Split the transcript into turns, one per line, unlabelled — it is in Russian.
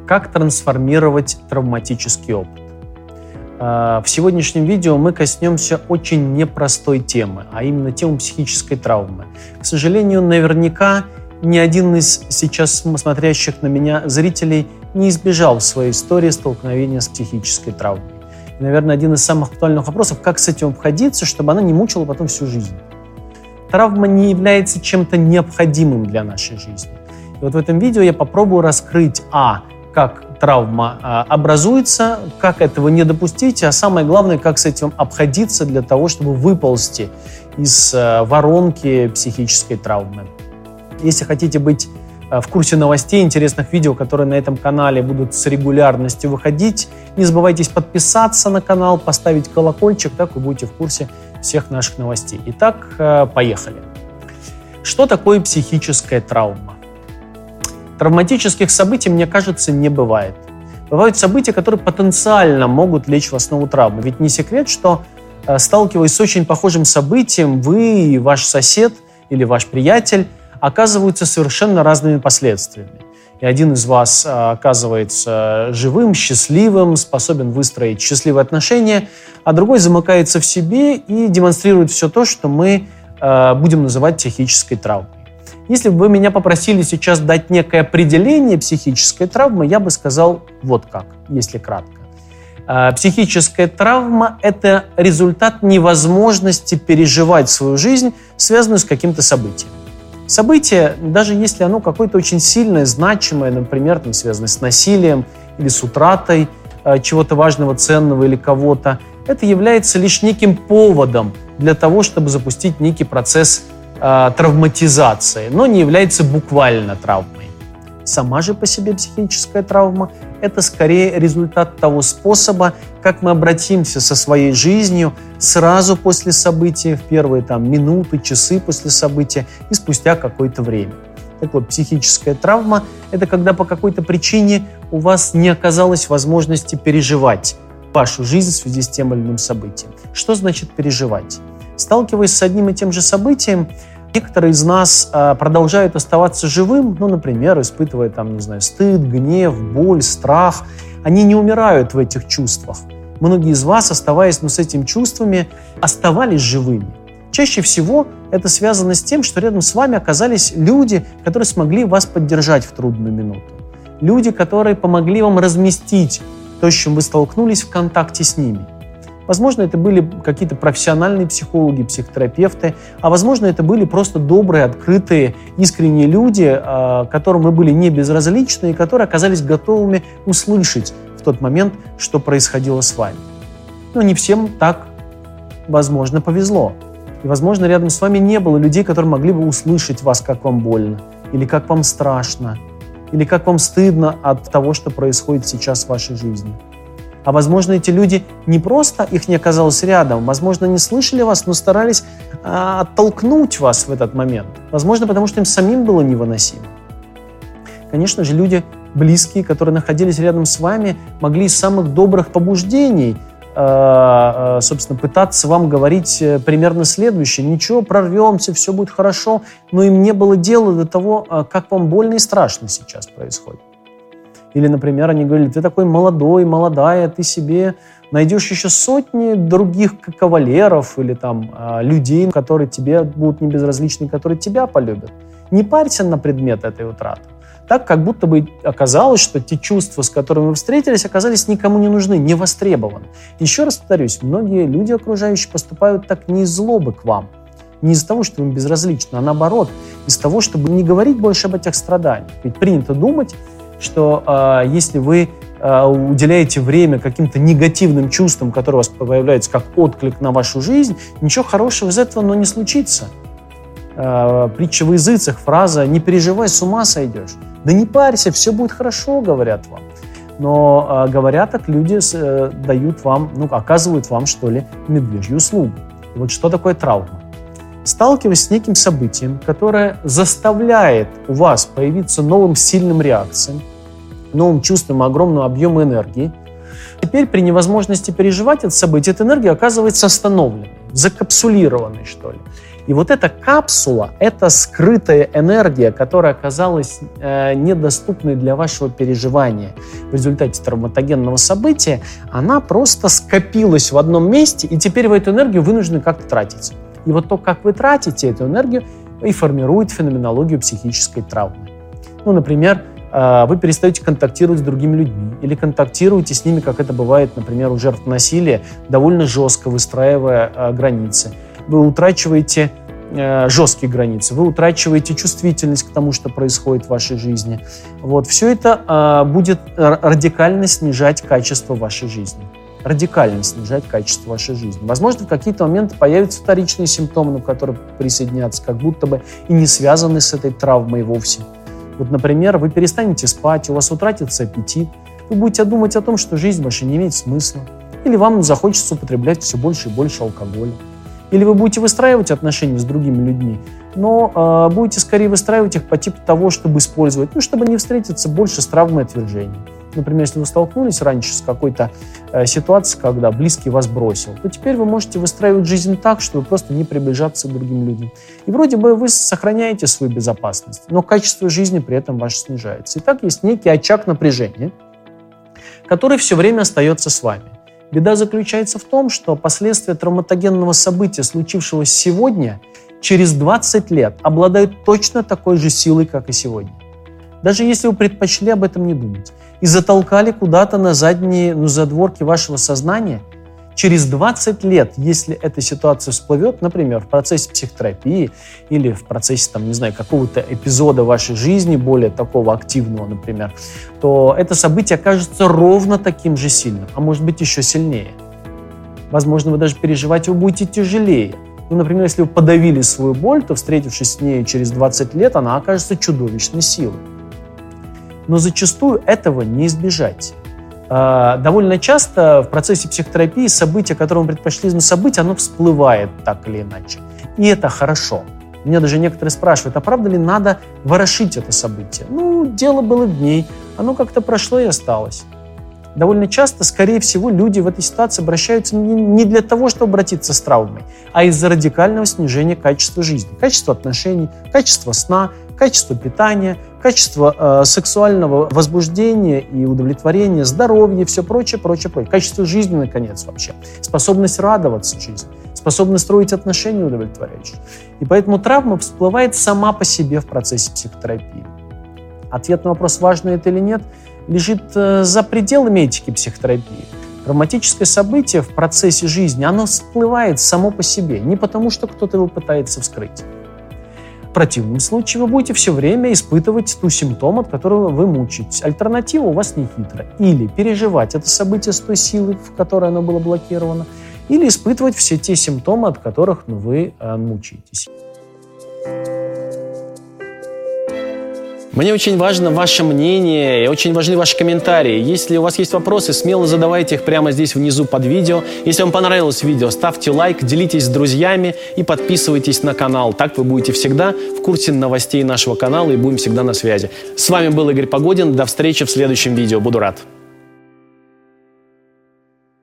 Как трансформировать травматический опыт? В сегодняшнем видео мы коснемся очень непростой темы, а именно темы психической травмы. К сожалению, наверняка ни один из сейчас смотрящих на меня зрителей не избежал в своей истории столкновения с психической травмой. И, наверное, один из самых актуальных вопросов, как с этим обходиться, чтобы она не мучила потом всю жизнь. Травма не является чем-то необходимым для нашей жизни. И вот в этом видео я попробую раскрыть, как травма образуется, как этого не допустить, а самое главное, как с этим обходиться для того, чтобы выползти из воронки психической травмы. Если хотите быть в курсе новостей, интересных видео, которые на этом канале будут с регулярностью выходить, не забывайте подписаться на канал, поставить колокольчик, так вы будете в курсе всех наших новостей. Итак, поехали. Что такое психическая травма? Травматических событий, мне кажется, не бывает. Бывают события, которые потенциально могут лечь в основу травмы. Ведь не секрет, что, сталкиваясь с очень похожим событием, вы и ваш сосед или ваш приятель оказываются совершенно разными последствиями. И один из вас оказывается живым, счастливым, способен выстроить счастливые отношения, а другой замыкается в себе и демонстрирует все то, что мы будем называть психической травмой. Если бы вы меня попросили сейчас дать некое определение психической травмы, я бы сказал вот как, если кратко. Психическая травма – это результат невозможности переживать свою жизнь, связанную с каким-то событием. Событие, даже если оно какое-то очень сильное, значимое, например, связанное с насилием или с утратой чего-то важного, ценного или кого-то, это является лишь неким поводом для того, чтобы запустить некий процесс травматизации, но не является буквально травмой. Сама же по себе психическая травма – это скорее результат того способа, как мы обратимся со своей жизнью сразу после события, в первые минуты, часы после события и спустя какое-то время. Так вот, психическая травма – это когда по какой-то причине у вас не оказалось возможности переживать вашу жизнь в связи с тем или иным событием. Что значит переживать? Сталкиваясь с одним и тем же событием, некоторые из нас продолжают оставаться живым, например, испытывая стыд, гнев, боль, страх. Они не умирают в этих чувствах. Многие из вас, оставаясь с этими чувствами, оставались живыми. Чаще всего это связано с тем, что рядом с вами оказались люди, которые смогли вас поддержать в трудную минуту. Люди, которые помогли вам разместить то, с чем вы столкнулись в контакте с ними. Возможно, это были какие-то профессиональные психологи, психотерапевты, а возможно, это были просто добрые, открытые, искренние люди, которым мы были не безразличны и которые оказались готовыми услышать в тот момент, что происходило с вами. Но не всем так, возможно, повезло. И, возможно, рядом с вами не было людей, которые могли бы услышать вас, как вам больно, или как вам страшно, или как вам стыдно от того, что происходит сейчас в вашей жизни. А возможно, эти люди не просто их не оказалось рядом, возможно, не слышали вас, но старались оттолкнуть вас в этот момент. Возможно, потому что им самим было невыносимо. Конечно же, люди близкие, которые находились рядом с вами, могли из самых добрых побуждений, собственно, пытаться вам говорить примерно следующее. Ничего, прорвемся, все будет хорошо, но им не было дела до того, как вам больно и страшно сейчас происходит. Или, например, они говорили: ты такой молодой, молодая, ты себе найдешь еще сотни других кавалеров или людей, которые тебе будут небезразличны, которые тебя полюбят. Не парься на предмет этой утраты. Так, как будто бы оказалось, что те чувства, с которыми вы встретились, оказались никому не нужны, не востребованы. Еще раз повторюсь, многие люди окружающие поступают так не из злобы к вам, не из-за того, что им безразлично, а наоборот, из-за того, чтобы не говорить больше об этих страданиях. Ведь принято думать, что если вы уделяете время каким-то негативным чувствам, которые у вас появляются как отклик на вашу жизнь, ничего хорошего из этого не случится. Притча во языцах, фраза «не переживай, с ума сойдешь». Да не парься, все будет хорошо, говорят вам. Но говоря так, люди дают вам, оказывают вам, медвежью услугу. И вот что такое травма? Сталкиваясь с неким событием, которое заставляет у вас появиться новым сильным реакциям, новым чувством огромного объема энергии, теперь при невозможности переживать это событие, эта энергия оказывается остановленной, в закапсулированный, что ли. И вот эта капсула, это скрытая энергия, которая оказалась недоступной для вашего переживания в результате травматогенного события, она просто скопилась в одном месте, и теперь вы эту энергию вынуждены как-то тратить. И вот то, как вы тратите эту энергию, и формирует феноменологию психической травмы. Ну, например, вы перестаете контактировать с другими людьми или контактируете с ними, как это бывает, например, у жертв насилия, довольно жестко выстраивая границы. Вы утрачиваете жесткие границы, вы утрачиваете чувствительность к тому, что происходит в вашей жизни. Вот. Все это будет радикально снижать качество вашей жизни. Радикально снижать качество вашей жизни. Возможно, в какие-то моменты появятся вторичные симптомы, которые присоединятся, как будто бы и не связаны с этой травмой вовсе. Вот, например, вы перестанете спать, у вас утратится аппетит, вы будете думать о том, что жизнь ваша не имеет смысла, или вам захочется употреблять все больше и больше алкоголя. Или вы будете выстраивать отношения с другими людьми, но будете скорее выстраивать их по типу того, чтобы использовать, чтобы не встретиться больше с травмой отвержения. Например, если вы столкнулись раньше с какой-то ситуацией, когда близкий вас бросил, то теперь вы можете выстраивать жизнь так, чтобы просто не приближаться к другим людям. И вроде бы вы сохраняете свою безопасность, но качество жизни при этом ваше снижается. Итак, есть некий очаг напряжения, который все время остается с вами. Беда заключается в том, что последствия травматогенного события, случившегося сегодня, через 20 лет обладают точно такой же силой, как и сегодня. Даже если вы предпочли об этом не думать и затолкали куда-то на задние задворки вашего сознания, через 20 лет, если эта ситуация всплывет, например, в процессе психотерапии или в процессе, какого-то эпизода вашей жизни, более такого активного, например, то это событие окажется ровно таким же сильным, а может быть еще сильнее. Возможно, вы даже переживать его будете тяжелее. Например, если вы подавили свою боль, то, встретившись с ней через 20 лет, она окажется чудовищной силой. Но зачастую этого не избежать. Довольно часто в процессе психотерапии событие, которое вы предпочли забыть, оно всплывает так или иначе. И это хорошо. Меня даже некоторые спрашивают, а правда ли надо ворошить это событие? Дело было в ней, оно как-то прошло и осталось. Довольно часто, скорее всего, люди в этой ситуации обращаются не для того, чтобы обратиться с травмой, а из-за радикального снижения качества жизни, качества отношений, качества сна, качество питания, качество сексуального возбуждения и удовлетворения, здоровья, все прочее. Качество жизни, наконец, вообще. Способность радоваться жизни, способность строить отношения удовлетворяющие. И поэтому травма всплывает сама по себе в процессе психотерапии. Ответ на вопрос, важно это или нет, лежит за пределами этики психотерапии. Травматическое событие в процессе жизни, оно всплывает само по себе, не потому, что кто-то его пытается вскрыть. В противном случае вы будете все время испытывать ту симптом, от которого вы мучаетесь. Альтернатива у вас не хитрая. Или переживать это событие с той силой, в которой оно было блокировано, или испытывать все те симптомы, от которых вы мучаетесь. Мне очень важно ваше мнение, и очень важны ваши комментарии. Если у вас есть вопросы, смело задавайте их прямо здесь внизу под видео. Если вам понравилось видео, ставьте лайк, делитесь с друзьями и подписывайтесь на канал. Так вы будете всегда в курсе новостей нашего канала и будем всегда на связи. С вами был Игорь Погодин. До встречи в следующем видео. Буду рад.